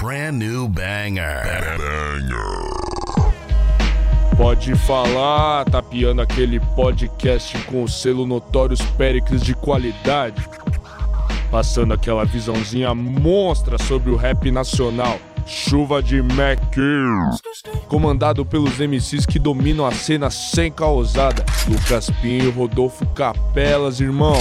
brand new banger. Pode falar, tapeando aquele podcast com o selo Notórios Péricles de qualidade, passando aquela visãozinha monstra sobre o rap nacional. Chuva de Mac, comandado pelos MCs que dominam a cena sem causada. Lucas Pinho, Rodolfo Capelas, irmão.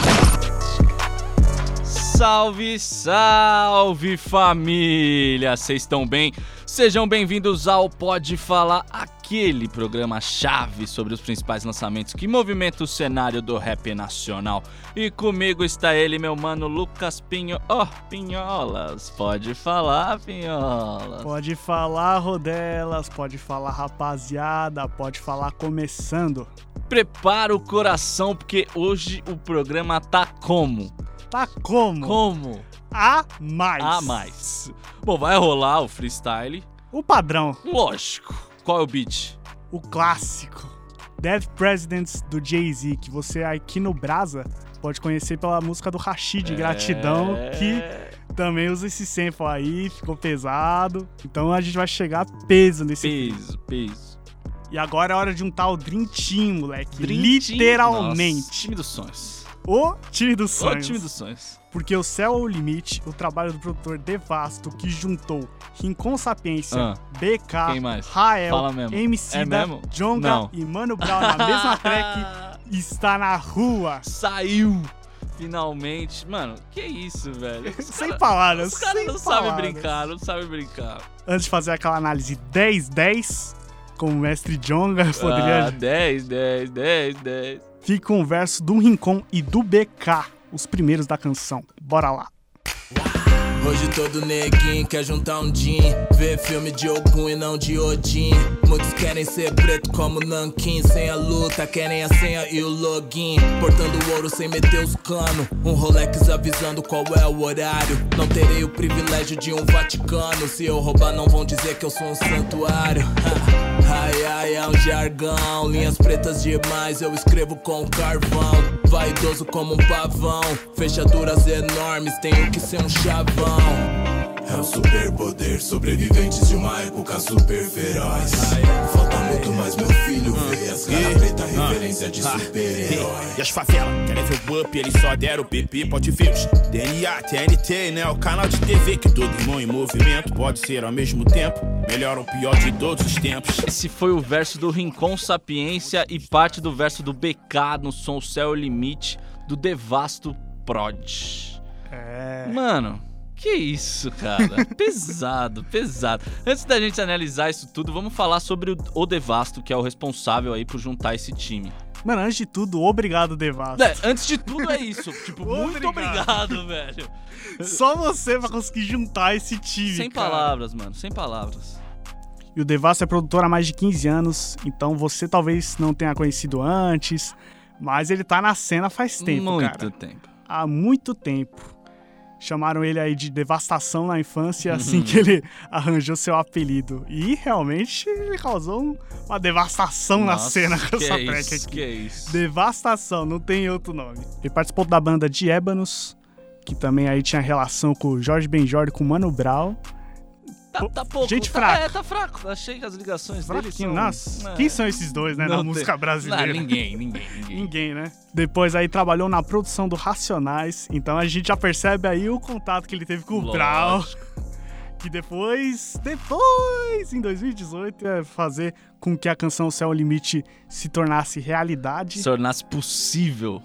Salve, salve família! Vocês estão bem? Sejam bem-vindos ao Pode Falar, aquele programa chave sobre os principais lançamentos que movimentam o cenário do rap nacional. E comigo está ele, meu mano Lucas Pinho. Oh, Pinholas, pode falar, Pinholas. Pode falar, Rodelas, pode falar, rapaziada, pode falar começando. Prepara o coração, porque hoje o programa tá como? Tá como? Como? A mais. A mais. Bom, vai rolar o freestyle. O padrão. Lógico. Qual é o beat? O clássico. Dead Presidents do Jay-Z, que você aqui no Brasa pode conhecer pela música do Rashid, Gratidão, que também usa esse sample aí, ficou pesado. Então a gente vai chegar peso nesse Peso. E agora é hora de um tal Dream Team, moleque. Dream Literalmente. Nossa, time dos sonhos. O time dos sonhos. O time dos sonhos. Porque o Céu é o Limite, o trabalho do produtor Devasto, que juntou Rincon Sapiência, BK, Quem mais? Rael, mesmo. Emicida, Djonga Não. e Mano Brown na mesma track, está na rua. Saiu! Finalmente. Mano, que isso, velho? Sem palavras, Os caras sem não sabem palavras. brincar, não sabem brincar. Antes de fazer aquela análise 10-10, com o mestre Djonga, poderia... 10. Fica um verso do Rincon e do BK, os primeiros da canção. Bora lá. Hoje todo neguinho quer juntar um jean, ver filme de Ogum e não de Odin. Muitos querem ser preto como Nankin, sem a luta querem a senha e o login. Portando ouro sem meter os cano, um Rolex avisando qual é o horário. Não terei o privilégio de um Vaticano, se eu roubar não vão dizer que eu sou um santuário. Ai, é um jargão, linhas pretas demais, eu escrevo com carvão. Vaidoso como um pavão, fechaduras enormes, tenho que ser um chavão. É o superpoder, sobreviventes de uma época super feroz. Falta muito mais, meu filho, vê as caras preta, referência de super-herói. E as favelas querem ver o up, eles só deram o PP, pode ver os DNA, TNT, né? O canal de TV que todo irmão em movimento pode ser ao mesmo tempo melhor ou pior de todos os tempos. Esse foi o verso do Rincon Sapiência e parte do verso do BK no som Céu é o Limite do Devasto Prod. Mano, que isso, cara? Pesado. Antes da gente analisar isso tudo, vamos falar sobre o Devasto, que é o responsável aí por juntar esse time. Mano, antes de tudo, obrigado, Devasto. Antes de tudo é isso. Tipo, muito obrigado, velho. Só você vai conseguir juntar esse time, Sem cara. palavras, mano, sem palavras. E o Devasto é produtor há mais de 15 anos, então você talvez não tenha conhecido antes, mas ele tá na cena faz tempo, Muito cara. tempo. Há muito tempo. Chamaram ele aí de Devastação na infância, assim que ele arranjou seu apelido. E realmente ele causou uma devastação na cena com essa track aqui. Que é isso? Devastação, não tem outro nome. Ele participou da banda de Ébanos, que também aí tinha relação com o Jorge Benjor e com o Mano Brown. Tá pouco. Gente fraca. Tá fraco. Achei que as ligações dele Fraquinho, são... nossa. Quem são esses dois, né, na música brasileira? Ninguém. Ninguém, né? Depois aí trabalhou na produção do Racionais, então a gente já percebe aí o contato que ele teve com o Brown. Que depois, em 2018, ia fazer com que a canção Céu é o Limite se tornasse realidade. Se tornasse possível.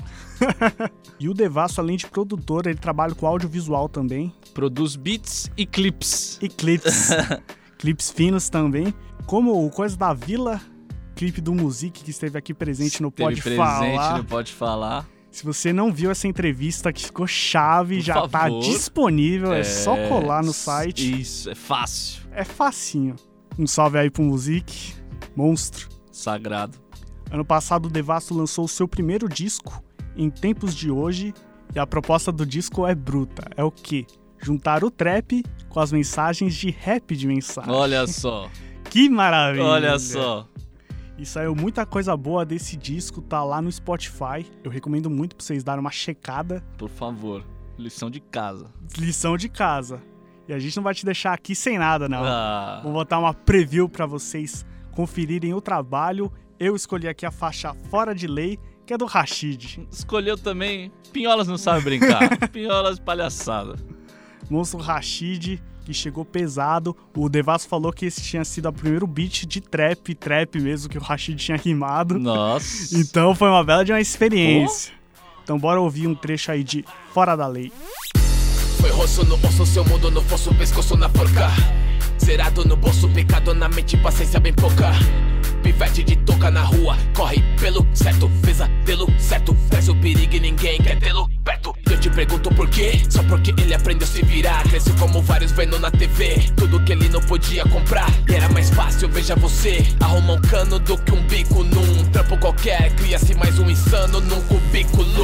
E o Devasto, além de produtor, ele trabalha com audiovisual também. Produz beats e clips. E clips. Clipes finos também. Como o Coisa da Vila, clipe do Music, que esteve aqui presente no Pode Falar. No Pode Falar. Se você não viu essa entrevista que ficou chave, Por já favor. tá disponível, é só colar no site. Isso, é fácil. É facinho. Um salve aí pro Music, monstro. Sagrado. Ano passado o Devasto lançou o seu primeiro disco, Em Tempos de Hoje, e a proposta do disco é bruta. É o quê? Juntar o trap com as mensagens de rap de mensagem. Olha só. Que maravilha. Olha só. E saiu muita coisa boa desse disco, tá lá no Spotify. Eu recomendo muito pra vocês darem uma checada. Por favor, lição de casa. Lição de casa. E a gente não vai te deixar aqui sem nada, não. Vou botar uma preview pra vocês conferirem o trabalho. Eu escolhi aqui a faixa Fora de Lei, que é do Rashid. Escolheu também. Pinholas não sabe brincar. Pinholas palhaçada. Monstro Rashid, que chegou pesado. O Devasso falou que esse tinha sido o primeiro beat de trap mesmo, que o Rashid tinha rimado. Nossa. Então foi uma bela de uma experiência. Então bora ouvir um trecho aí de Fora da Lei. Foi rosto no osso, seu mundo no fosso, pescoço na forca. Zerado no bolso, pecado na mente, paciência bem pouca. Pivete de touca na rua, corre pelo certo, pesadelo certo, traz o perigo e ninguém quer tê-lo perto. Eu te pergunto por quê? Só porque ele aprendeu a se virar, cresceu como vários vendo na TV. Tudo que ele não podia comprar, e era mais fácil, veja você. Arruma um cano do que um bico num trampo qualquer, cria-se mais um insano num cubículo.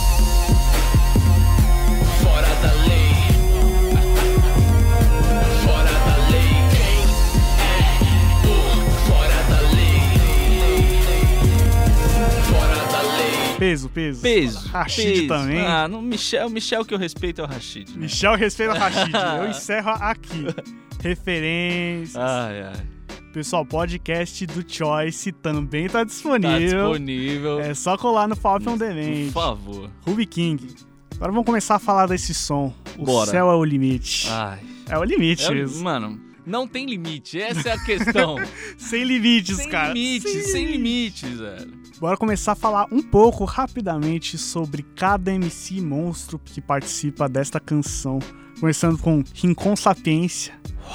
Fora da lei. Peso. Rashid também. No Michel que eu respeito é o Rashid. Né? Michel respeita o Rashid. Eu encerro aqui. Referências. Ai. Pessoal, podcast do Choice também tá disponível. É só colar no Fall on Demand. Por favor. Ruby King. Agora vamos começar a falar desse som. Bora. Céu é o limite. Ai. É o limite mesmo. Mano, não tem limite. Essa é a questão. Sem limites, cara. Sem limites, velho. Bora começar a falar um pouco rapidamente sobre cada MC monstro que participa desta canção. Começando com Rincon Sapiência.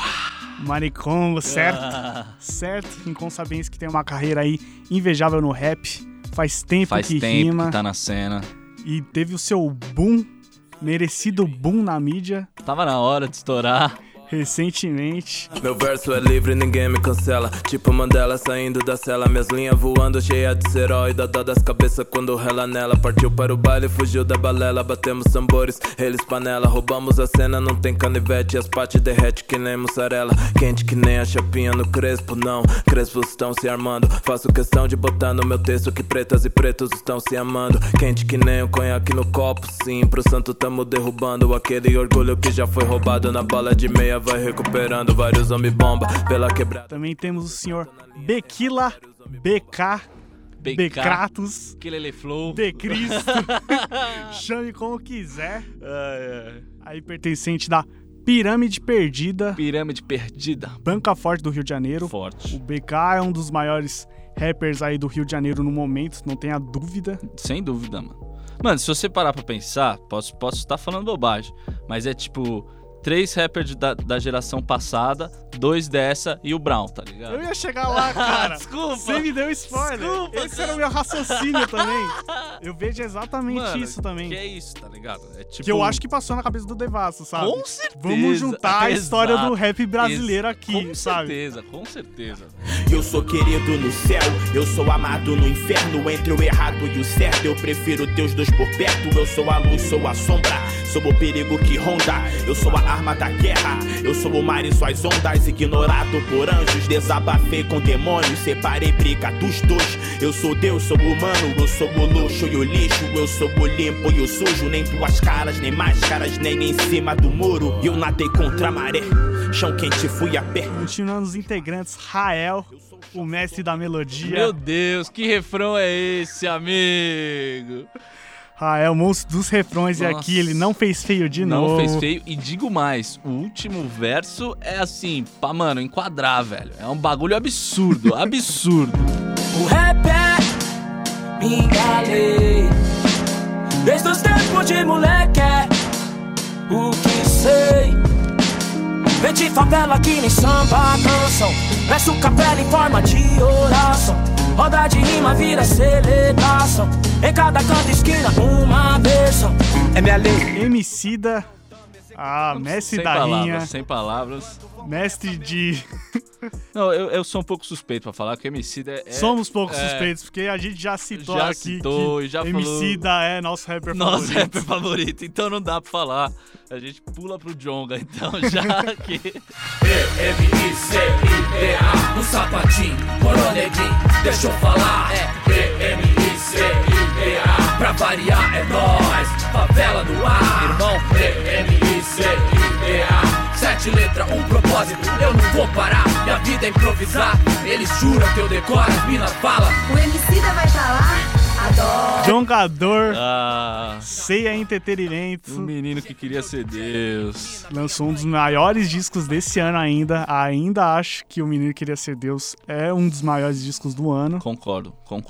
Maricongo, certo? Certo, Rincon Sapiência, que tem uma carreira aí invejável no rap. Faz tempo que rima. Que tá na cena. E teve o seu boom, merecido boom na mídia. Tava na hora de estourar. Recentemente. Meu verso é livre, ninguém me cancela. Tipo Mandela saindo da cela. Minhas linhas voando, cheia de cerol. E dá dó das cabeças quando rela nela. Partiu para o baile, fugiu da balela. Batemos tambores, eles panela. Roubamos a cena, não tem canivete. As pates derrete que nem mussarela. Quente que nem a chapinha no crespo, não. Crespos estão se armando. Faço questão de botar no meu texto que pretas e pretos estão se amando. Quente que nem o conhaque no copo, sim. Pro santo tamo derrubando aquele orgulho que já foi roubado na bala de meia. Vai recuperando vários homem-bomba pela quebrada. Também temos o senhor Bequila, BK, Becratos, Kelele Flow, Becristo. Chame como quiser. Aí pertencente da Pirâmide Perdida. Banca Forte do Rio de Janeiro. Forte. O BK é um dos maiores rappers aí do Rio de Janeiro no momento, não tenha dúvida. Sem dúvida, mano. Mano, se você parar pra pensar, posso estar falando bobagem, mas é tipo 3 rappers da geração passada, 2 dessa e o Brown, tá ligado? Eu ia chegar lá, cara. Desculpa. Você me deu spoiler. Desculpa, Esse era o meu raciocínio também. Eu vejo exatamente isso também. Que é isso, tá ligado? É tipo... Que eu acho que passou na cabeça do Devasso, sabe? Com certeza. Vamos juntar a história do rap brasileiro aqui, com sabe? Com certeza. Eu sou querido no céu, eu sou amado no inferno. Entre o errado e o certo, eu prefiro teus dois por perto. Eu sou a luz, sou a sombra, sou o perigo que ronda. Eu sou a arma da guerra, eu sou o mar e suas ondas. Ignorado por anjos, desabafei com demônios. Separei briga dos dois. Eu sou Deus, sou humano, eu sou o luxo e o lixo. Eu sou o limpo e o sujo. Nem tuas caras, nem máscaras, nem em cima do muro. Eu nadei contra a maré, chão quente fui a pé. Continuando os integrantes, Rael, o mestre da melodia. Meu Deus, que refrão é esse, amigo? Rael, monstro dos refrões. Nossa. E aqui ele não fez feio de novo. Não fez feio, e digo mais, o último verso é assim, pra, mano, enquadrar, velho. É um bagulho absurdo, absurdo. O rap é minha lei, desde os tempos de moleque é o que sei. Vem de favela que nem samba canção, peço capela em forma de oração. Roda de rima vira celebração, em cada canto esquina uma versão. É minha lei. Emicida, mestre da linha. Sem palavras. Mestre de... Não, eu sou um pouco suspeito pra falar que o Emicida é... Somos pouco suspeitos, porque a gente já citou aqui que Emicida é nosso rapper favorito. Nosso rapper favorito, então não dá pra falar. A gente pula pro Djonga, então já que... E-M-I-C-I-D-A, um sapatinho, coroneguinho, deixa eu falar. E-M-I-C-I-D-A, pra variar é nóis, favela no ar. Irmão, E-M-I-C-I-D-A, 7 letras, um propósito, eu não vou parar. Minha vida é improvisar, eles juram que eu decoro, as minas falam. O Emicida vai estar lá, adoro. Jongador, Ah, Ceia Entretenimento, o menino que queria ser Deus. lançou um dos maiores discos desse ano ainda. Ainda acho que O Menino que Queria Ser Deus é um dos maiores discos do ano. Concordo.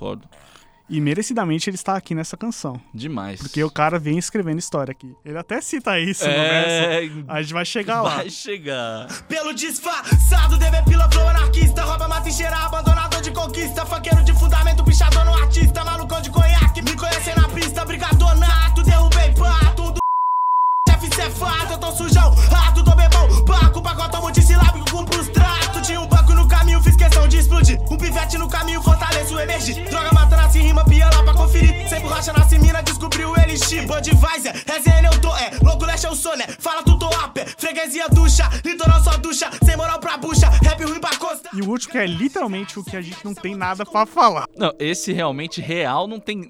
E merecidamente ele está aqui nessa canção. Demais. Porque o cara vem escrevendo história aqui. Ele até cita isso no verso. A gente vai chegar lá. Vai chegar. Pelo disfarçado, DB pila, flow anarquista. Rouba, mata e cheira, abandonador de conquista. Funkeiro de fundamento, pichador no artista. Malucão de conhaque, me conhece na pista. Brigador nato, derrubei pato do chefe, cê é fato. Eu tô sujão, rato, tô bebão. Baco, pacotão multissilábico, cumpro os tratos. Tinha um banco no caminho, fiz questão de explodir. Um pivete no caminho, fortaleço o emergir. Droga matando assim, rima, pia lá pra conferir. Sem borracha nasce mina, descobriu o Elixir. Budweiser, resenha eu tô, louco leste eu sou, né? Fala tu tô a pé, freguesia ducha. Litoral só ducha, sem moral pra bucha. Rap ruim pra costa. E o último que é literalmente o que a gente não tem nada pra falar. Não, esse realmente real não tem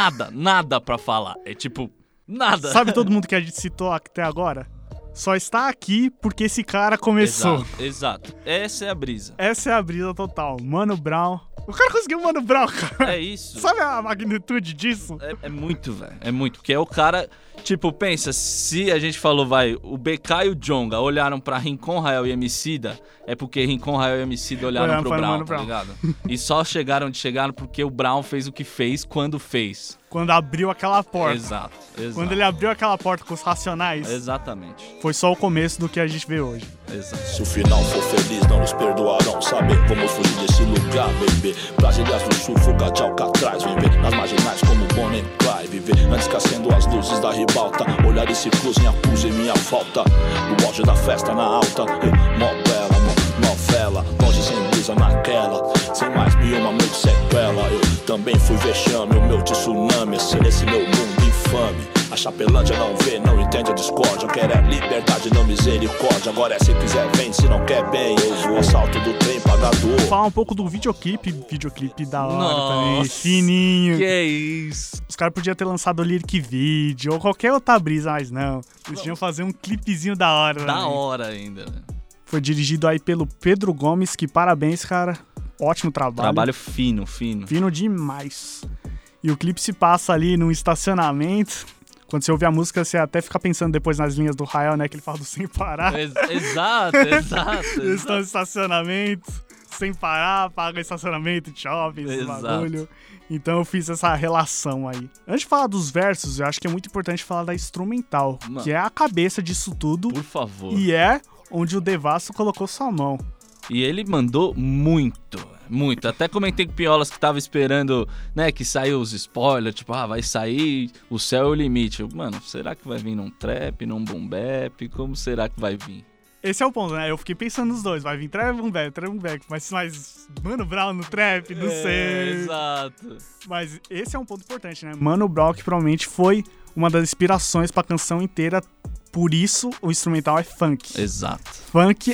nada pra falar. É tipo, nada. Sabe todo mundo que a gente citou até agora? Só está aqui porque esse cara começou. Exato. Essa é a brisa. Essa é a brisa total. Mano Brown. O cara conseguiu o Mano Brown, cara. É isso. Sabe a magnitude disso? É muito, velho. É muito. Porque é o cara... Tipo, pensa, se a gente falou, o BK e o Djonga olharam pra Rincon, Rael e Emicida, é porque Rincon, Rael e Emicida olharam pro Brown, tá ligado? E só chegaram porque o Brown fez o que fez quando fez. Quando abriu aquela porta. Exato. Quando ele abriu aquela porta com os Racionais. Exatamente. Foi só o começo do que a gente vê hoje. Exato. Se o final for feliz, não nos perdoarão. Saber como fugir desse lugar, bebê. Brasílias do Sul, fuga de Alcatraz. Viver nas marginais como Bonnie and Clyde. Viver antes que acendam as luzes da ribalta. Olhares se cruzem, acusem minha falta. No auge da festa na alta. Mó bela, novela. Longe sem brisa naquela. Sem mais uma noite sequela. Eu também fui vexame, o meu tsunami. Esse meu mundo infame. A Chapelândia não vê, não entende a discórdia. Quer é liberdade, não misericórdia. Agora é se quiser vem, se não quer bem eu vou. Assalto do trem, pagador. Falar um pouco do videoclipe da hora também. Nossa, Fininho. Que isso. Os caras podiam ter lançado o Lyric Video ou qualquer outra brisa, mas não. Eles tinham fazer um clipezinho da hora. Da também. hora ainda, né? Foi dirigido aí pelo Pedro Gomes, que parabéns, cara. Ótimo trabalho. Trabalho fino. Fino demais. E o clipe se passa ali num estacionamento. Quando você ouve a música, você até fica pensando depois nas linhas do Rael, né? Que ele fala do sem parar. Exato. Eles estão no estacionamento, sem parar, paga estacionamento, shopping, esse bagulho. Então eu fiz essa relação aí. Antes de falar dos versos, eu acho que é muito importante falar da instrumental, que é a cabeça disso tudo. Por favor. E é onde o Devasso colocou sua mão. E ele mandou muito. Até comentei com Piolas que tava esperando, né, que saiu os spoilers, tipo, vai sair O Céu é o Limite. Mano, será que vai vir num trap, num boom bap? Como será que vai vir? Esse é o ponto, né? Eu fiquei pensando nos dois. Vai vir trap, boom bap. Mas Mano Brown no trap, não sei. Exato. Mas esse é um ponto importante, né? Mano Brown que provavelmente foi uma das inspirações pra canção inteira. Por isso, o instrumental é funk. Exato. Funk.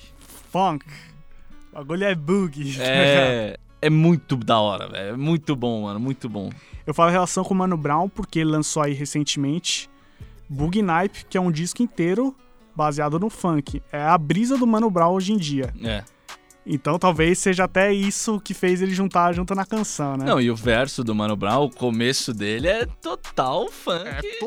O bagulho é boogie. É muito da hora, velho. É muito bom, mano. Muito bom. Eu falo em relação com o Mano Brown porque ele lançou aí recentemente Boogie Nipe, que é um disco inteiro baseado no funk. É a brisa do Mano Brown hoje em dia. É. Então talvez seja até isso que fez ele juntar junto na canção, né? Não, e o verso do Mano Brown, o começo dele é total funk.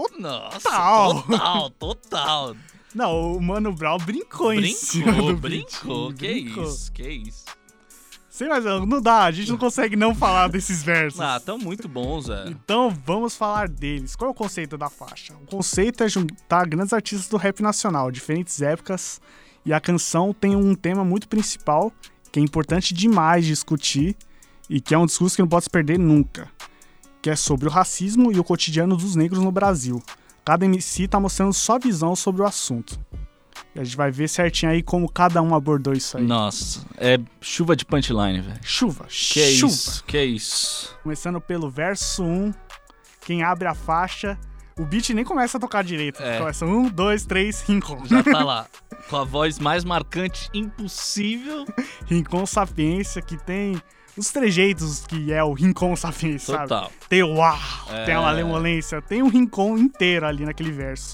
Total. Não, o Mano Brown brincou em cima do Brincou. Que isso. Sei, mas não dá, a gente não consegue não falar desses versos. Tão muito bons, velho. Então vamos falar deles. Qual é o conceito da faixa? O conceito é juntar grandes artistas do rap nacional, diferentes épocas, e a canção tem um tema muito principal, que é importante demais discutir, e que é um discurso que não pode se perder nunca, que é sobre o racismo e o cotidiano dos negros no Brasil. Cada MC tá mostrando sua visão sobre o assunto. E a gente vai ver certinho aí como cada um abordou isso aí. Nossa, é chuva de punchline, velho. Chuva. Que isso. Começando pelo verso 1, quem abre a faixa, o beat nem começa a tocar direito. Começa 1, 2, 3, Rincon. Já tá lá, com a voz mais marcante impossível. Rincon Sapiência, que tem os trejeitos que é o Rincon Sapiência, Total. sabe? Tem o tem a malemolência, tem um Rincon inteiro ali naquele verso.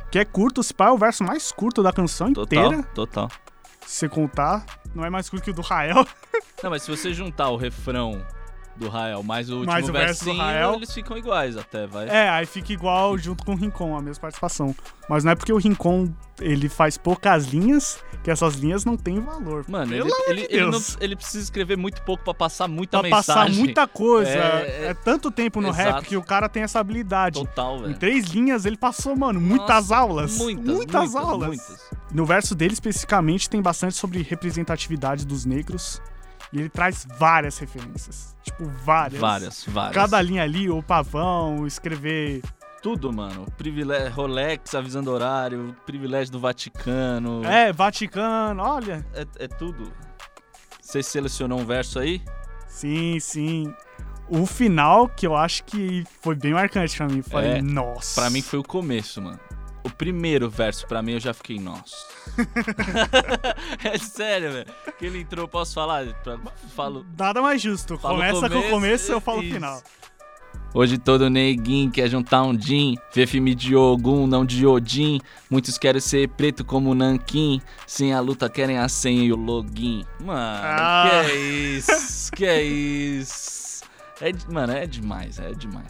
Que é curto, se pá, é o verso mais curto da canção inteira. Total. Se você contar, não é mais curto que o do Rael. Não, mas se você juntar o refrão do Rael mais o último Mais o verso do versinho, Rael. eles ficam iguais até, vai. Aí fica igual junto com o Rincon, a mesma participação. Mas não é porque o Rincon, ele faz poucas linhas, que essas linhas não têm valor. Mano, Pelo amor de Deus. ele precisa escrever muito pouco pra passar muita Pra mensagem. passar muita coisa. É- É tanto tempo no Exato. rap que o cara tem essa habilidade. Total, Em velho. 3 linhas ele passou, mano, muitas Nossa, aulas. Muitas aulas. Muitas. No verso dele, especificamente, tem bastante sobre representatividade dos negros. E ele traz várias referências. Tipo, várias. Várias. Cada linha ali, o pavão, escrever... Tudo, mano. Privilégio, Rolex avisando horário, privilégio do Vaticano. Vaticano, olha. É tudo. Você selecionou um verso aí? Sim. O final, que eu acho que foi bem marcante pra mim. Falei, nossa. Pra mim foi o começo, mano. O primeiro verso, pra mim, eu já fiquei, nossa. É sério, velho. Que ele entrou, posso falar? Falo. Nada mais justo. Fala o Começa com o começo e eu falo o isso. final. Hoje todo neguinho quer juntar um din, ver filme de Ogum, não de Odin. Muitos querem ser preto como Nanquim, sem a luta querem a senha e o login. Mano, que é isso? Mano, é demais.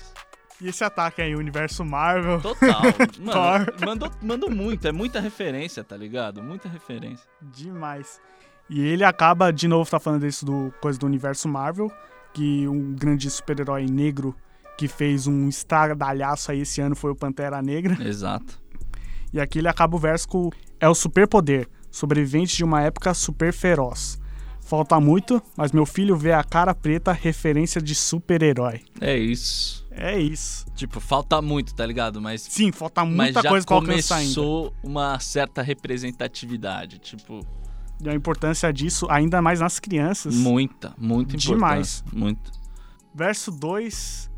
E esse ataque aí, o universo Marvel. Total. Mano, mandou muito, é muita referência, tá ligado? Muita referência. Demais. E ele acaba, de novo, tá falando isso do coisa do universo Marvel, que um grande super-herói negro que fez um estardalhaço aí esse ano foi o Pantera Negra. Exato. E aqui ele acaba o verso com: é o superpoder, sobrevivente de uma época super feroz. Falta muito, mas meu filho vê a cara preta, referência de super-herói. É isso. Tipo, falta muito, tá ligado? Mas sim, falta muita coisa pra alcançar ainda. Começou uma certa representatividade, tipo... E a importância disso, ainda mais nas crianças. Muito importante. Demais. Muito. Verso 2,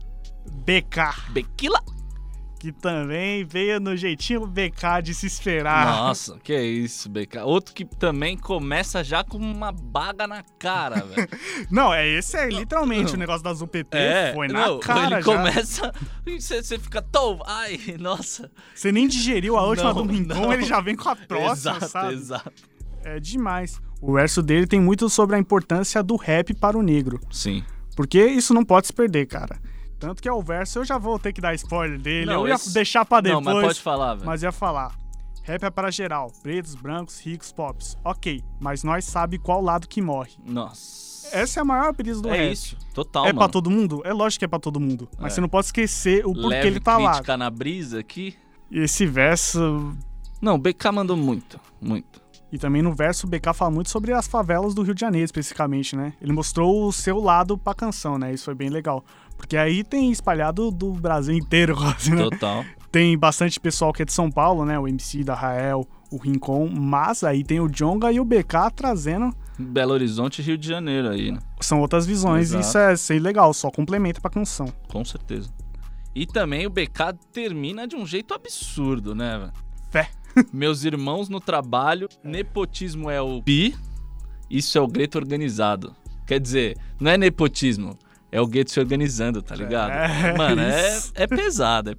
BK. Bequila. Que também veio no jeitinho BK de se esperar. Nossa, que isso, BK. Outro que também começa já com uma baga na cara, velho. Não, esse é literalmente o negócio das UPT. Foi na cara ele já. Começa e você fica ai, nossa. Você nem digeriu a última do Rincon, ele já vem com a próxima, sabe? Exato. É demais. O verso dele tem muito sobre a importância do rap para o negro. Sim. Porque isso não pode se perder, cara. Tanto que é o verso, eu já vou ter que dar spoiler dele. Não, eu ia deixar pra depois. Não, mas pode falar, velho. Mas ia falar. Rap é para geral. Pretos, brancos, ricos, pops. Ok, mas nós sabe qual lado que morre. Nossa. Essa é a maior brisa do rap. É isso, total, É mano. pra todo mundo? É lógico que é pra todo mundo. Mas você não pode esquecer o porquê Leve ele tá lá. crítica na brisa aqui. E esse verso... Não, o BK mandou muito. E também no verso o BK fala muito sobre as favelas do Rio de Janeiro, especificamente, né? Ele mostrou o seu lado pra canção, né? Isso foi bem legal. Porque aí tem espalhado do Brasil inteiro, quase, né? Total. Tem bastante pessoal que é de São Paulo, né? O MC da Rael, o Rincon. Mas aí tem o Djonga e o BK trazendo... Belo Horizonte e Rio de Janeiro aí, né? São outras visões. Exato. E isso é ser legal, só complementa pra canção. Com certeza. E também o BK termina de um jeito absurdo, né, velho? Fé. Meus irmãos no trabalho, nepotismo é o pi, isso é o gueto organizado. Quer dizer, não é nepotismo, é o gueto se organizando, tá ligado? Mano, é pesado.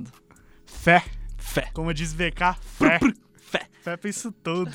Fé. Fé. Como diz BK, fé. Fé pra isso tudo.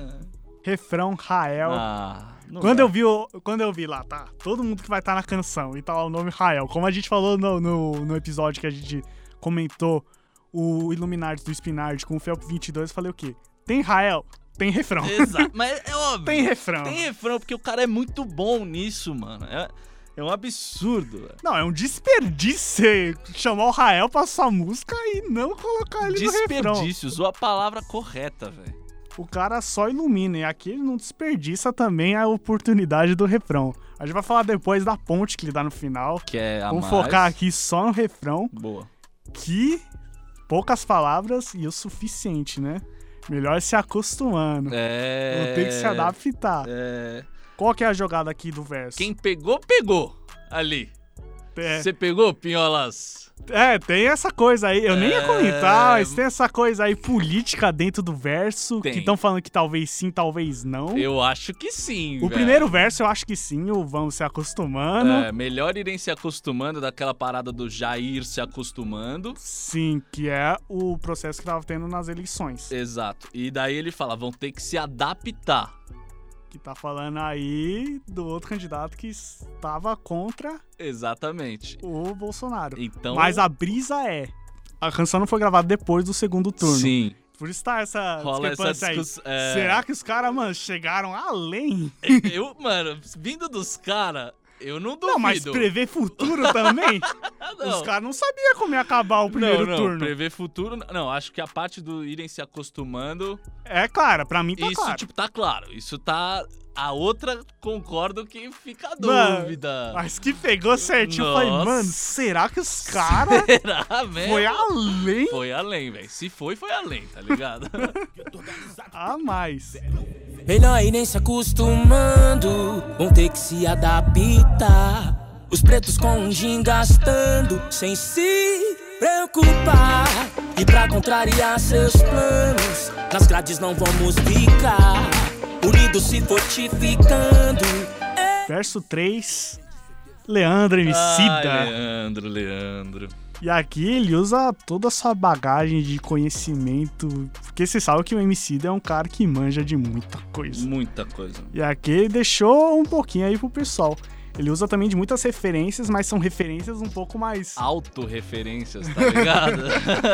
Refrão, Rael. Quando eu vi lá, tá? Todo mundo que vai estar na canção e tá lá o nome Rael. Como a gente falou no episódio que a gente comentou o Illuminati do Spinard com o Felp 22, eu falei o quê? Tem Rael, tem refrão. Exato, mas é óbvio. Tem refrão. Tem refrão, porque o cara é muito bom nisso, mano. É um absurdo, velho. Não, é um desperdício chamar o Rael pra sua música e não colocar ele no refrão. Desperdício, usou a palavra correta, velho. O cara só ilumina, e aqui ele não desperdiça também a oportunidade do refrão. A gente vai falar depois da ponte que ele dá no final. Que é a Vamos mais... focar aqui só no refrão. Boa. Que poucas palavras e o suficiente, né? Melhor se acostumando. Não tem que se adaptar. Qual que é a jogada aqui do verso? Quem pegou, pegou. Ali. Você pegou, Pinholas? Tem essa coisa aí. Eu nem ia comentar, mas tem essa coisa aí política dentro do verso. Tem. Que estão falando que talvez sim, talvez não. Eu acho que sim, O primeiro verso eu acho que sim, o vamos se acostumando. Melhor irem se acostumando daquela parada do Jair se acostumando. Sim, que é o processo que tava tendo nas eleições. Exato. E daí ele fala, vão ter que se adaptar. Que tá falando aí do outro candidato que estava contra Exatamente. o Bolsonaro. Então... Mas a brisa a canção não foi gravada depois do segundo turno. Sim. Por isso tá essa Rola discrepância essa aí. discussão. Será que os caras, mano, chegaram além? Mano, vindo dos caras, eu não duvido. Não, mas prever futuro também? Não. Os caras não sabiam como ia acabar o primeiro turno. Prever futuro... Não, acho que a parte do irem se acostumando... É claro, pra mim tá isso, claro. tipo, tá claro. Isso tá... A outra, concordo que fica a Mano, dúvida. Mas que pegou certinho. Eu Nossa. falei, mano, será que os caras... Será mesmo? Foi além? Foi além, velho. Se foi além, tá ligado? A mais. Melhor ir nem se acostumando, vão ter que se adaptar. Os pretos com um gin gastando, sem se preocupar. E pra contrariar seus planos, nas grades não vamos ficar. Unidos se fortificando. Verso 3, Leandro Emicida. Ai, Leandro. E aqui ele usa toda a sua bagagem de conhecimento, porque você sabe que o Emicida é um cara que manja de muita coisa. Muita coisa. E aqui ele deixou um pouquinho aí pro pessoal. Ele usa também de muitas referências, mas são referências um pouco mais... Autorreferências, tá ligado?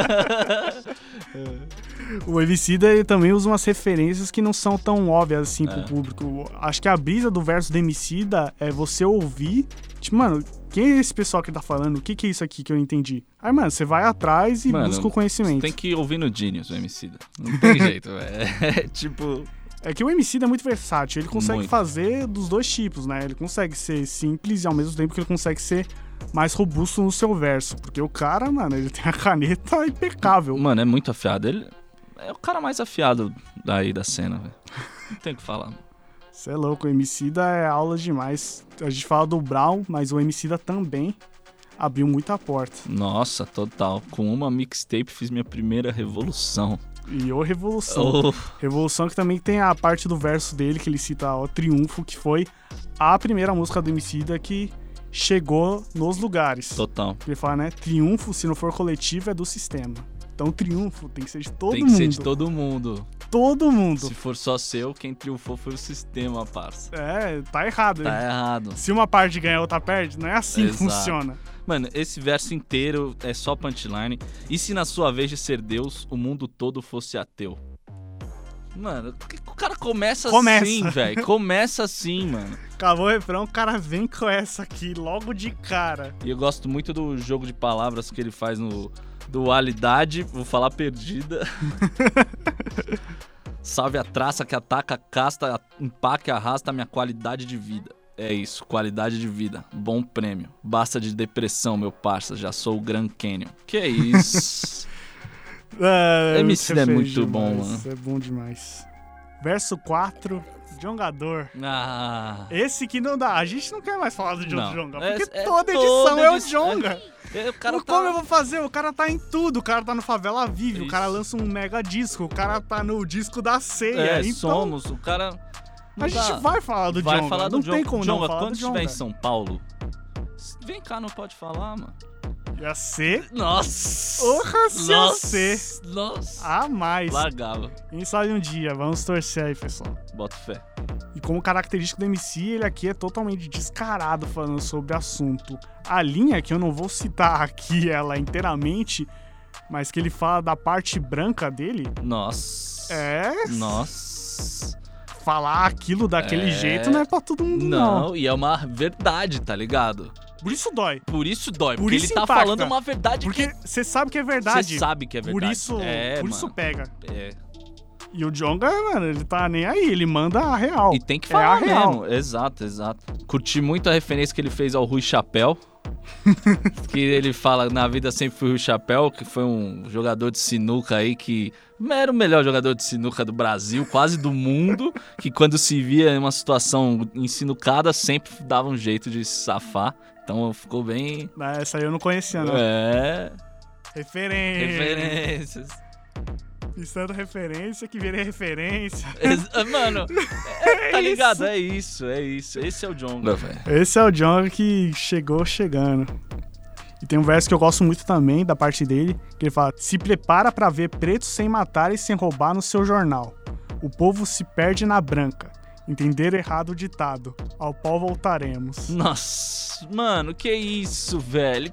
O Emicida ele também usa umas referências que não são tão óbvias assim pro público. Acho que a brisa do verso do Emicida é você ouvir... Tipo, mano, quem é esse pessoal que tá falando? O que é isso aqui que eu entendi? Aí, mano, você vai atrás e busca o conhecimento. Tem que ouvir no Genius, o Emicida. Não tem jeito, velho. É tipo... É que o Emicida é muito versátil, ele consegue Muito. fazer dos dois tipos, né? Ele consegue ser simples e ao mesmo tempo que ele consegue ser mais robusto no seu verso. Porque o cara, mano, ele tem a caneta impecável. Mano, é muito afiado. Ele é o cara mais afiado daí da cena, velho. Não tem o que falar. Você é louco, o Emicida é aula demais. A gente fala do Brown, mas o Emicida também abriu muita porta. Nossa, total. Com uma mixtape fiz minha primeira revolução. E o Revolução. Oh. Revolução que também tem a parte do verso dele, que ele cita o Triunfo, que foi a primeira música do Emicida que chegou nos lugares. Total. Ele fala, né? Triunfo, se não for coletivo, é do sistema. Então, triunfo tem que ser de todo mundo. Tem que ser de todo mundo. Todo mundo. Se for só seu, quem triunfou foi o sistema, parça. É, tá errado. Tá errado. Se uma parte ganha, a outra perde, não é assim que funciona. Mano, esse verso inteiro é só punchline. E se na sua vez de ser Deus, o mundo todo fosse ateu? Mano, o cara começa assim, velho. Começa assim, mano. Acabou o refrão, o cara vem com essa aqui, logo de cara. E eu gosto muito do jogo de palavras que ele faz no Dualidade, vou falar perdida. Salve a traça que ataca, casta, empaque, arrasta a minha qualidade de vida. É isso, qualidade de vida. Bom prêmio. Basta de depressão, meu parça. Já sou o Grand Canyon. Que é isso? Emicida é muito bom, mano. É bom demais. Verso 4, Jongador. Ah. Esse que não dá. A gente não quer mais falar do Jonga, porque É toda edição é o Jonga. O cara Como eu vou fazer? O cara tá em tudo. O cara tá no Favela Vive. Isso. O cara lança um mega disco. O cara tá no disco da ceia. Então, somos. O cara... A gente vai falar do Jonga. Vai falar do não Jonga. tem como Jonga, não falar quando do Jonga. estiver em São Paulo, vem cá, não pode falar, mano. Ia ser... Nossa! Porra, se ia ser. Nossa! A mais. Largava. Quem sabe um dia. Vamos torcer aí, pessoal. Bota fé. E como característico do MC, ele aqui é totalmente descarado falando sobre o assunto. A linha, que eu não vou citar aqui ela inteiramente, mas que ele fala da parte branca dele. Nossa. Nossa. Falar aquilo daquele jeito não é pra todo mundo, não. Não, e é uma verdade, tá ligado? Por isso dói. Porque isso ele tá impacta. falando uma verdade porque você sabe que é verdade. Você sabe que é verdade. Por isso pega. É. E o Jonga, mano, ele tá nem aí, ele manda a real. E tem que falar a real. mesmo. Exato. Curti muito a referência que ele fez ao Rui Chapéu. Que ele fala, na vida sempre fui Rui Chapéu, que foi um jogador de sinuca aí que era o melhor jogador de sinuca do Brasil, quase do mundo, que quando se via em uma situação ensinucada sempre dava um jeito de se safar. Então ficou bem... Essa aí eu não conhecia, não. Referências. Pensando referência que virei referência. Mano, tá ligado? É isso. Esse é o Djonga, velho. Esse é o Djonga que chegou chegando. E tem um verso que eu gosto muito também, da parte dele, que ele fala: se prepara pra ver pretos sem matar e sem roubar no seu jornal. O povo se perde na branca. Entender errado o ditado. Ao pó voltaremos. Nossa, mano, que isso, velho?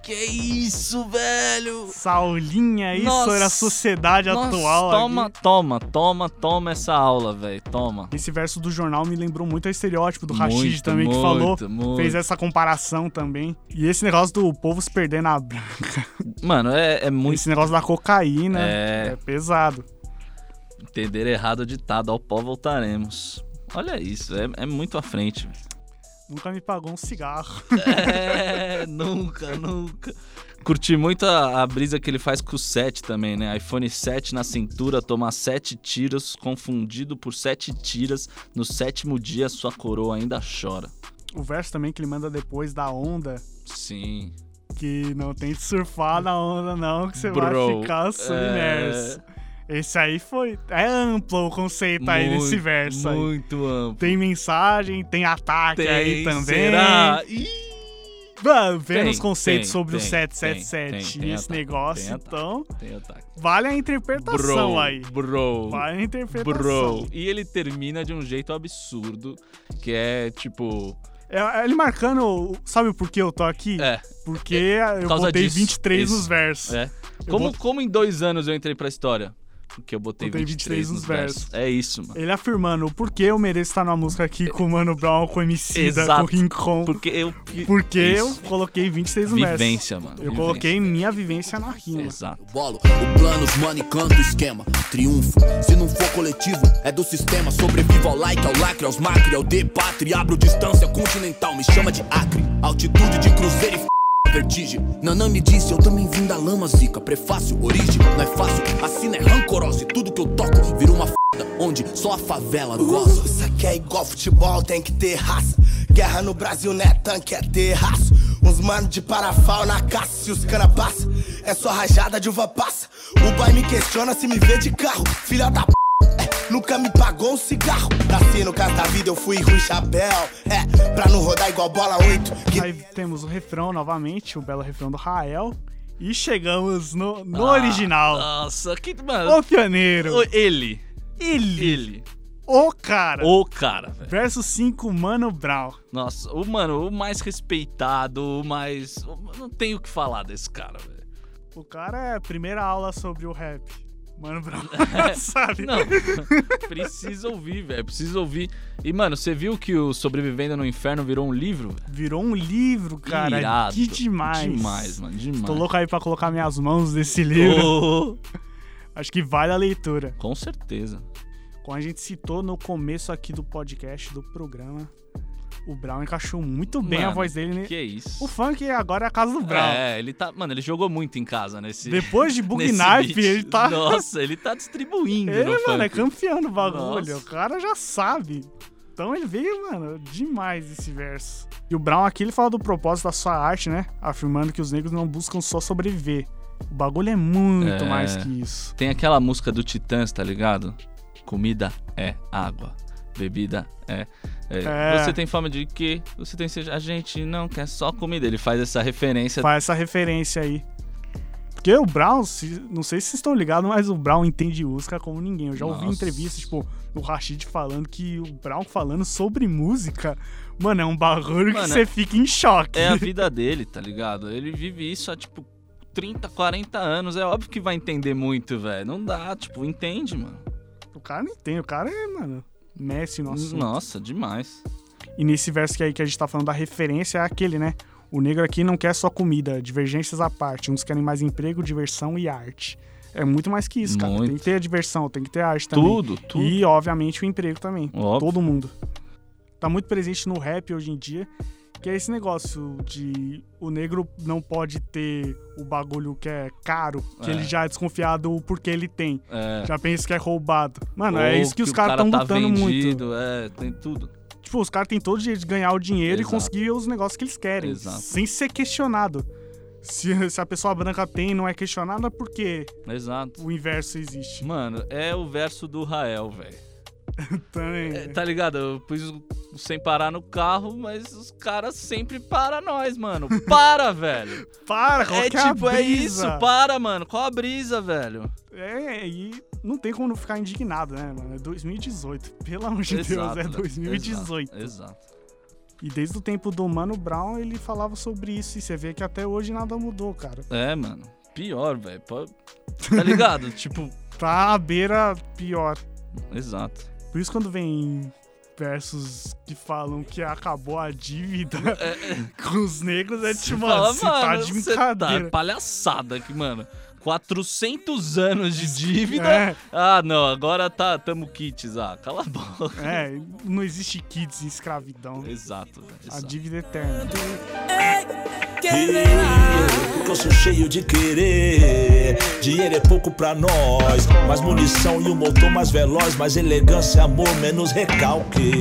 Essa aulinha aí sobre a sociedade atual. Toma essa aula, velho. Toma. Esse verso do jornal me lembrou muito o estereótipo do Rashid também, que falou. Fez essa comparação também. E esse negócio do povo se perder na branca. Mano, é muito... Esse negócio da cocaína é pesado. Entender errado o ditado. Ao pó voltaremos. Olha isso, é muito à frente. Nunca me pagou um cigarro. Nunca. Curti muito a brisa que ele faz com o 7 também, né? iPhone 7 na cintura, toma 7 tiros, confundido por 7 tiras. No 7º dia, sua coroa ainda chora. O verso também que ele manda depois da onda. Sim. Que não tente surfar na onda não, que você vai ficar submerso. Esse aí é amplo o conceito aí nesse verso aí. Muito amplo. Tem mensagem, tem ataque aí também. Será? Vendo os conceitos sobre o 777 e esse negócio, então vale a interpretação aí. Vale a interpretação. E ele termina de um jeito absurdo, que é tipo... Ele marcando, sabe por que eu tô aqui? Porque eu botei 23 nos versos. Como em 2 anos eu entrei pra história? Porque eu botei 23 nos versos. É isso, mano. Ele afirmando o porquê eu mereço estar numa música aqui com o Mano Brown, com o Emicida, com o Rincon. Porque eu coloquei 23 nos versos. Vivência, mano. Eu coloquei minha vivência na rima. Exato. Bolo, o plano, os money, canto, esquema. Triunfo, se não for coletivo, é do sistema. Sobrevivo ao like, ao lacre, aos macri, ao debate. Abro distância continental, me chama de Acre. Altitude de cruzeiro e vertigem. Nanã me disse, eu também vim da lama, zica. Prefácio, origem, não é fácil. Assina é rancorosa e tudo que eu toco vira uma onde só a favela goza. Isso aqui é igual futebol, tem que ter raça. Guerra no Brasil não é tanque, é terraço. Uns mano de parafal na caça, se os cana passa, é só rajada de uva passa. O pai me questiona se me vê de carro. Filha da p... nunca me pagou um cigarro. Nasci no caso da vida, eu fui ruim chapéu. Pra não rodar igual bola 8 Aí temos o refrão novamente, o belo refrão do Rael. E chegamos no original. Nossa, que... Mano, o pioneiro. Ele. O cara. Velho. Verso 5, Mano Brown. Nossa, o mais respeitado, o mais... Não tenho o que falar desse cara, velho. O cara é a primeira aula sobre o rap. Mano Brown, sabe? Não, precisa ouvir, velho, precisa ouvir. E, mano, você viu que o Sobrevivendo no Inferno virou um livro? Virou um livro, cara. Irado. Que demais. Demais, mano, demais. Tô louco aí pra colocar minhas mãos nesse livro. Acho que vale a leitura. Com certeza. Como a gente citou no começo aqui do podcast, do programa, o Brown encaixou muito bem a voz dele, né? Que isso. O funk agora é a casa do Brown. Ele tá... Mano, ele jogou muito em casa nesse... Depois de Bug Knife, ele tá... Nossa, ele tá distribuindo ele, no mano, funk. é campeão no bagulho. Nossa. O cara já sabe. Então ele veio, mano, demais esse verso. E o Brown aqui, ele fala do propósito da sua arte, né? Afirmando que os negros não buscam só sobreviver. O bagulho é muito mais que isso. Tem aquela música do Titãs, tá ligado? Comida é água. Bebida é. Você tem fome de quê? Você tem sede. A gente não quer só comida. Ele faz essa referência. Faz essa referência aí. Porque o Brown, não sei se vocês estão ligados, mas o Brown entende música como ninguém. Eu já ouvi entrevistas, tipo, o Rashid falando que o Brown falando sobre música, mano, é um bagulho que você fica em choque. É a vida dele, tá ligado? Ele vive isso há, tipo, 30, 40 anos. É óbvio que vai entender muito, velho. Não dá, tipo, entende, mano. O cara não entende, o cara é, mano, Messi no assunto. Nossa, demais. E nesse verso que a gente tá falando da referência é aquele, né? O negro aqui não quer só comida, divergências à parte. Uns querem mais emprego, diversão e arte. É muito mais que isso, cara. Muito. Tem que ter a diversão, tem que ter a arte também. Tudo. E, obviamente, o emprego também. Óbvio. Todo mundo. Tá muito presente no rap hoje em dia, que é esse negócio de o negro não pode ter o bagulho que é caro, que ele já é desconfiado porque ele tem. Já pensa que é roubado. Mano, é isso que os caras estão lutando vendido, muito. Tem tudo. Tipo, os caras têm todo o direito de ganhar o dinheiro Exato. e conseguir os negócios que eles querem. Exato. Sem ser questionado. Se a pessoa branca tem e não é questionada, por que Exato. o inverso existe? Mano, é o verso do Rael, velho. Também. Tá ligado? Eu pus o sem parar no carro, mas os caras sempre param nós, mano. Para, velho. Para, qual que é a tipo, é isso. brisa? Para, mano. Qual a brisa, velho? E não tem como não ficar indignado, né, mano? É 2018. Pelo amor de Deus, é Exato, 2018. Exato. E desde o tempo do Mano Brown, ele falava sobre isso. E você vê que até hoje nada mudou, cara. É, mano. Pior, velho. Tá ligado? Tipo... Tá à beira pior. Exato. Por isso quando vem versos que falam que acabou a dívida com os negros, é tipo, mano, você tá de brincadeira. Tá palhaçada aqui, mano. 400 anos de dívida. É. Ah, não, agora tamo kits. Ah, cala a boca. Não existe kids em escravidão. Exato, velho. A dívida é eterna. Porque eu sou cheio de querer. Dinheiro é pouco pra nós. Mais munição e um motor mais veloz. Mais elegância, amor, menos recalque.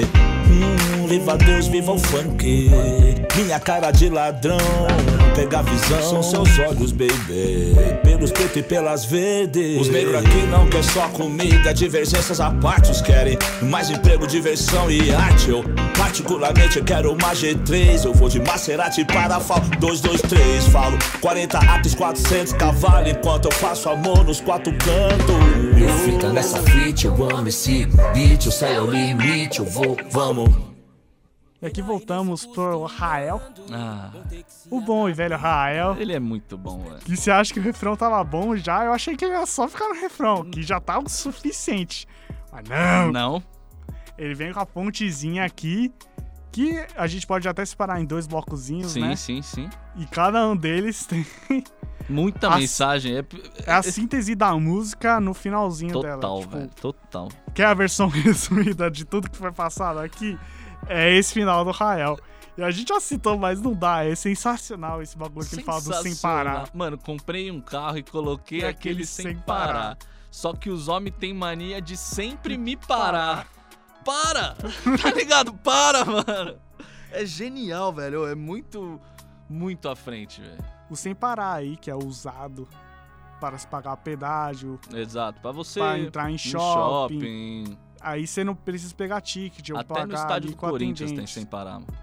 Viva Deus, viva o funk. Minha cara de ladrão. Pega a visão, são seus olhos, baby. Pelos pretos e pelas verdes. Os negros aqui não querem só comida. Divergências à parte, os querem mais emprego, diversão e arte. Eu particularmente quero uma G3. Eu vou de Maserati para FAL 223. Falo 40 atos, 400 cavalos. Enquanto eu faço amor nos quatro cantos. Eu frita nessa fit, eu amo esse beat. Eu saio ao limite, eu vou, vamos. E aqui voltamos pro Rael. Ah, O bom e velho Rael. ele é muito bom, velho. E você acha que o refrão tava bom já? Eu achei que ele ia só ficar no refrão, que já tava o suficiente. Mas não. Não? Ele vem com a pontezinha aqui, que a gente pode até separar em 2 blocozinhos, Sim, né? sim, sim. E cada um deles tem Muita mensagem. é a síntese da música no finalzinho dela. Total, Tipo, velho. Total. quer a versão resumida de tudo que foi passado aqui? É esse final do Rael. E a gente já citou, mas não dá. É sensacional esse bagulho que ele fala do sem parar. Mano, comprei um carro e coloquei E aquele sem parar. Só que os homens têm mania de sempre me parar. Para! Tá ligado? Para, mano! É genial, velho. É muito, muito à frente, velho. O sem parar aí, que é usado para se pagar pedágio, Exato. Pra você para entrar em no shopping. Aí você não precisa pegar ticket ou Até pagar no estádio ali do com Corinthians tem atendente. sem parar, mano.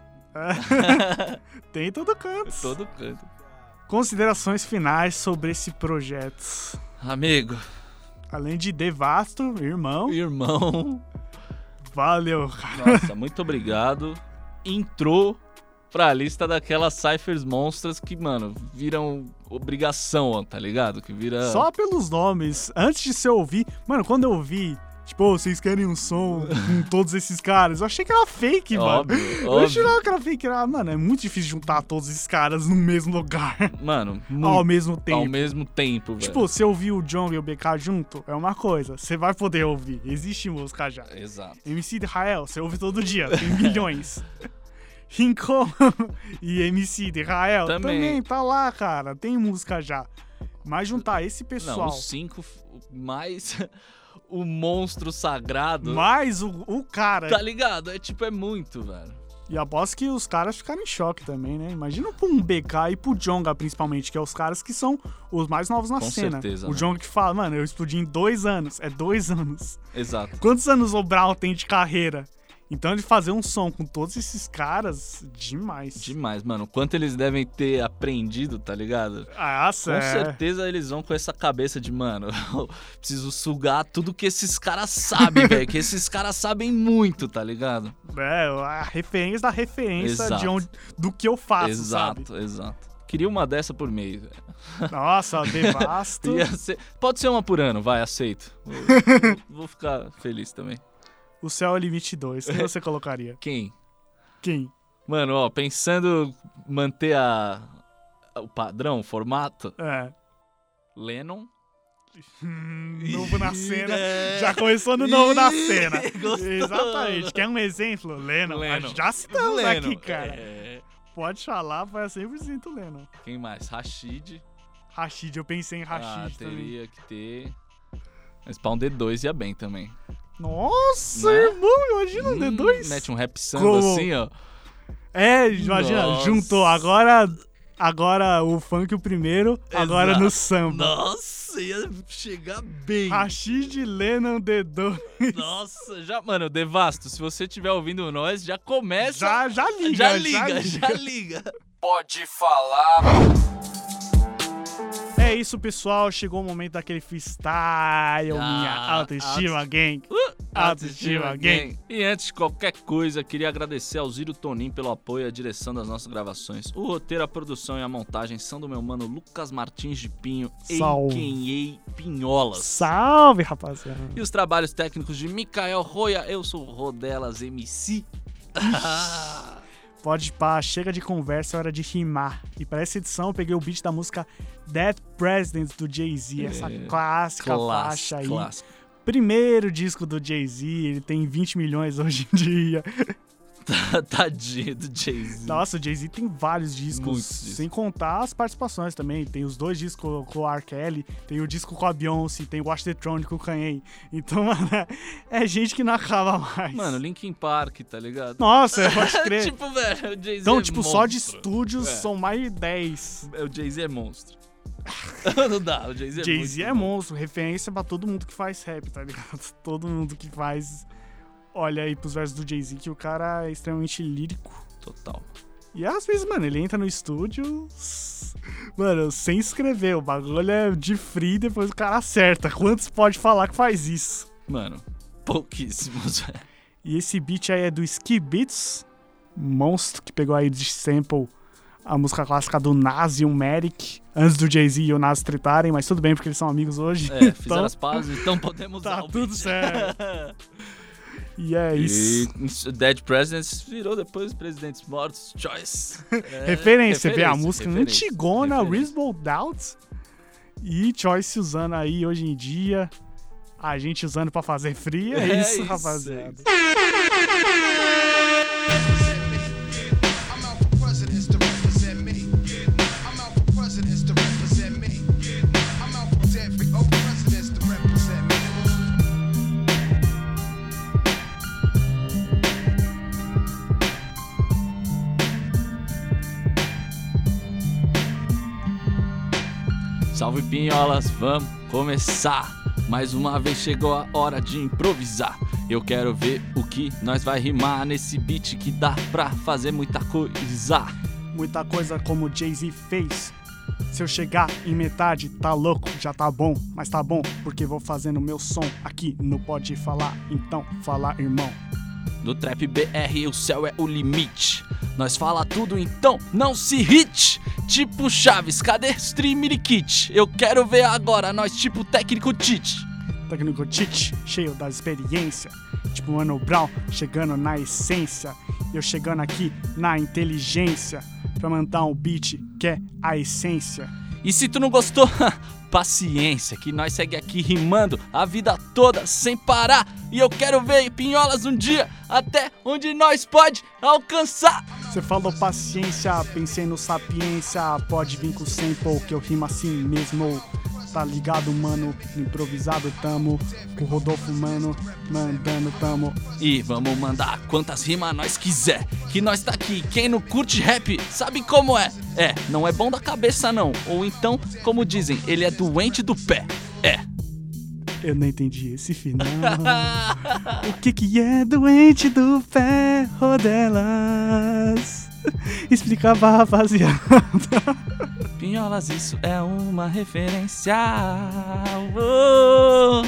Tem em todo canto. Todo canto. Considerações finais sobre esse projeto. Amigo. Além de Devasto, irmão. Irmão. Valeu, cara. Nossa, muito obrigado. Entrou pra lista daquelas ciphers monstras que, mano, viram obrigação, tá ligado? Que vira... Só pelos nomes. Antes de você ouvir... Mano, quando eu ouvi... Tipo, vocês querem um som com todos esses caras? Eu achei que era fake, Óbvio, mano. Eu óbvio. jurava que era fake. Mano, é muito difícil juntar todos esses caras no mesmo lugar. Mano, Ao mesmo tempo. Ao mesmo tempo, velho. Tipo, se ouvir o John e o BK junto, é uma coisa. Você vai poder ouvir. Existe música já. Exato. MC de Rael, você ouve todo dia. Tem milhões. Rincon e MC de Rael também tá lá, cara. Tem música já. Mas juntar esse pessoal... Não, os 5 mais... o monstro sagrado. Mais o cara. Tá ligado? É muito, velho. E aposto que os caras ficaram em choque também, né? Imagina pro um BK e pro Djonga, principalmente, que é os caras que são os mais novos na cena. Com certeza. O Djonga que fala, mano, eu explodi em 2 anos. É 2 anos. Exato. Quantos anos o Brown tem de carreira? Então ele fazer um som com todos esses caras, demais. Demais, mano. Quanto eles devem ter aprendido, tá ligado? Ah, Com certeza eles vão com essa cabeça de, mano, eu preciso sugar tudo que esses caras sabem, velho. Que esses caras sabem muito, tá ligado? É, a referência da referência Exato. do que eu faço, Exato, sabe? exato. Queria uma dessa por mês, velho. Nossa, Devasto. Pode ser uma por ano, vai, aceito. Vou ficar feliz também. O Céu é o Limite 2, quem você colocaria? Quem? Mano, ó, pensando manter o padrão, o formato. Lennon. Novo na cena. Já começou no novo na cena. Gostou. Exatamente. Quer um exemplo? Lennon. Já citamos Lennon. aqui, cara. Pode falar, foi 100% Lennon. Quem mais? Rashid, eu pensei em Rashid também. teria que ter. Mas pra um D2 ia bem também. Nossa, Né? irmão, imagina um D2. Mete um rap samba assim, ó. Imagina, Nossa. juntou agora o funk o primeiro, agora no samba. Nossa, ia chegar bem. Rashid Lennon D2. Nossa, mano, Devasto, se você estiver ouvindo nós, já começa. Já liga. Já liga. Pode falar. É isso, pessoal. Chegou o momento daquele freestyle, minha autoestima gang. Autoestima gang. E antes de qualquer coisa, queria agradecer ao Ziro Tonin pelo apoio e a direção das nossas gravações. O roteiro, a produção e a montagem são do meu mano Lucas Martins de Pinho, a.k.a. Pinholas. Salve, rapaziada. E os trabalhos técnicos de Mikael Roya, eu sou o Rodelas MC. Pode pá, chega de conversa, é hora de rimar. E para essa edição eu peguei o beat da música Dead Presidents do Jay-Z, essa clássica faixa aí. Clássico. Primeiro disco do Jay-Z, ele tem 20 milhões hoje em dia. Tadinho do Jay-Z. Nossa, o Jay-Z tem vários discos, Muitos discos. sem contar as participações também. Tem os 2 discos com o R. Kelly, tem o disco com a Beyoncé, tem o Watch the Throne com o Kanye. Então, mano, é gente que não acaba mais. Mano, Linkin Park, tá ligado? Nossa, pode crer. Tipo, velho, o Jay-Z Então, é tipo, monstro. só de estúdios são mais de 10. O Jay-Z é monstro. Não dá, o Jay-Z é Jay-Z muito é bom. monstro, referência pra todo mundo que faz rap, tá ligado? Todo mundo que faz... Olha aí pros versos do Jay-Z que o cara é extremamente lírico. Total. E às vezes, mano, ele entra no estúdio, mano, sem escrever. O bagulho é de free, depois o cara acerta. Quantos pode falar que faz isso? Mano, pouquíssimos, velho. E esse beat aí é do Ski Beats, monstro que pegou aí de sample a música clássica do Nas e o Merrick, antes do Jay-Z e o Nas tretarem, mas tudo bem porque eles são amigos hoje. Fizeram as pazes, então podemos usar Tá o tudo beat. certo. E é isso. E Dead Presidents virou depois Presidentes Mortos Choice. Referência, vê a música referência, antigona, referência. Reasonable Doubt. E Choice usando aí hoje em dia. A gente usando pra fazer fria. É isso, rapaziada. Salve Pinholas, vamos começar. Mais uma vez chegou a hora de improvisar. Eu quero ver o que nós vai rimar nesse beat que dá pra fazer muita coisa. Muita coisa como o Jay-Z fez. Se eu chegar em metade, tá louco, já tá bom. Mas tá bom, porque vou fazendo meu som aqui no Pode Falar. Então, fala, irmão. No Trap BR o céu é o limite. Nós fala tudo, então não se hit. Tipo Chaves, cadê Streamer Kit? Eu quero ver agora nós tipo Técnico Tite. Técnico Tite, cheio da experiência. Tipo Mano Brown, chegando na essência. Eu chegando aqui na inteligência. Pra mandar um beat que é a essência. E se tu não gostou, paciência, que nós segue aqui rimando a vida toda sem parar. E eu quero ver Pinholas um dia até onde nós pode alcançar. Você falou paciência, pensei no sapiência. Pode vir com o sample que eu rimo assim mesmo. Tá ligado, mano? Improvisado tamo. Com o Rodolfo, mano, mandando tamo. E vamos mandar quantas rimas nós quiser. Que nós tá aqui, quem não curte rap sabe como é. É, não é bom da cabeça não. Ou então, como dizem, ele é doente do pé. É. Eu não entendi esse final. O que é doente do pé, Rodelas? Explica pra rapaziada. Pinholas, isso é uma referência. Oh,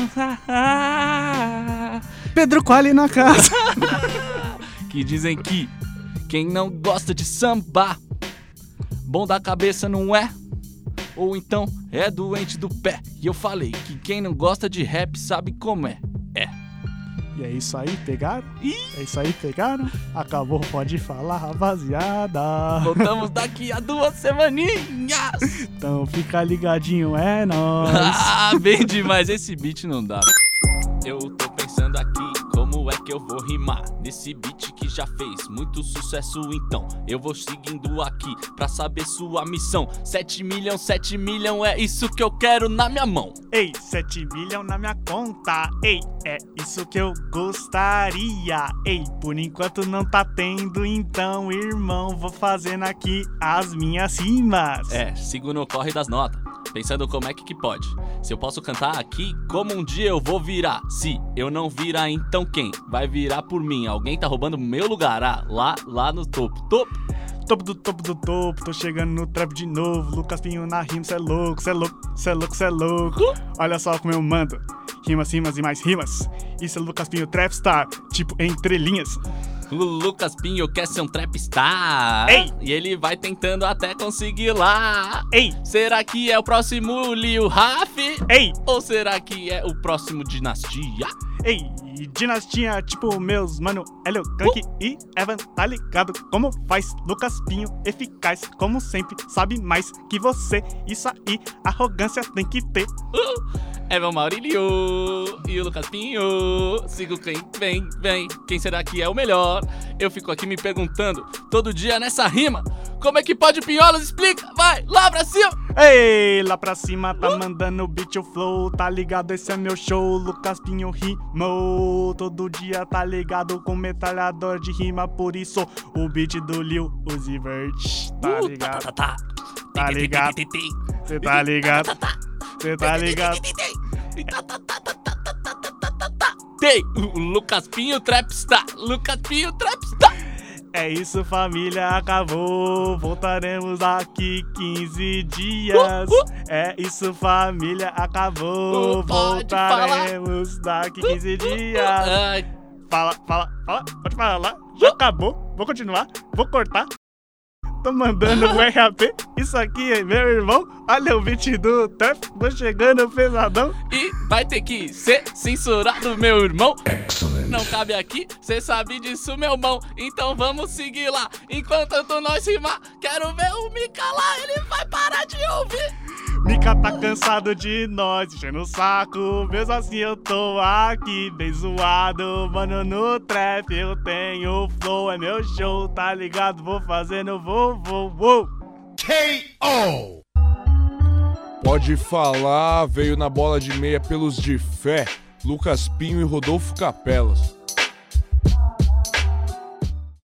Pedro Quali na casa. Que dizem que quem não gosta de samba, bom da cabeça não é. Ou então é doente do pé. E eu falei que quem não gosta de rap sabe como é. É. E é isso aí, pegaram? É isso aí, pegaram? Acabou, pode falar, rapaziada. Voltamos daqui a 2 semaninhas. Então fica ligadinho, é nóis. Ah, bem demais. Esse beat não dá. Eu tô pensando aqui como é que eu vou rimar nesse beat que já fez muito sucesso. Então eu vou seguindo aqui pra saber sua missão. 7 milhão, é isso que eu quero na minha mão. Ei, 7 milhões na minha conta. Ei, é isso que eu gostaria. Ei, por enquanto não tá tendo, então, irmão, vou fazendo aqui as minhas rimas. Sigo no corre das notas, pensando como é que pode. Se eu posso cantar aqui, como um dia eu vou virar. Se eu não virar, então quem vai virar por mim? Alguém tá roubando meu lugar, lá no topo. Topo do topo, tô chegando no trap de novo. Lucas Pinho na rima, cê é louco. Olha só como eu mando, rimas e mais rimas. Isso é Lucas Pinho Trapstar, tipo entre linhas. O Lucas Pinho quer ser um trapstar. Ei! E ele vai tentando até conseguir lá. Ei! Será que é o próximo Lil Raf? Ei! Ou será que é o próximo Dinastia? Ei, Dinastia, tipo meus mano, Helio, Kank e Evan, tá ligado como faz? Lucas Pinho, eficaz, como sempre, sabe mais que você. Isso aí, arrogância tem que ter. Evan Maurílio e o Lucas Pinho. Sigo quem vem. Quem será que é o melhor? Eu fico aqui me perguntando todo dia nessa rima. Como é que pode, Pinholas? Explica, vai, lá pra cima. Ei, lá pra cima tá mandando o beat, o flow, tá ligado? Esse é meu show, Lucas Pinho rimou. Todo dia tá ligado com metralhador de rima, por isso o beat do Lil Uzi Vert. Tá ligado? Tá ligado? Cê tá ligado? Cê tá ligado? Tem o Lucas Pinho Trapstar. É isso, família, acabou. Voltaremos daqui 15 dias. É isso, família, acabou. Voltaremos daqui 15 dias. Fala. Pode falar. Já acabou. Vou continuar. Vou cortar. Tô mandando o RAP. Isso aqui é meu irmão. Olha o beat do trap. Tô chegando pesadão. E vai ter que ser censurado, meu irmão. Excellent. Não cabe aqui, cê sabe disso, meu mão. Então vamos seguir lá. Enquanto nós rimar, quero ver o Mika lá. Ele vai parar de ouvir. Mika tá cansado de nós, enchendo o saco. Mesmo assim eu tô aqui, bem zoado. Mano, no trap eu tenho flow, é meu show, tá ligado? Vou fazendo, vou. K.O. Pode falar, veio na bola de meia pelos de fé, Lucas Pinho e Rodolfo Capelas.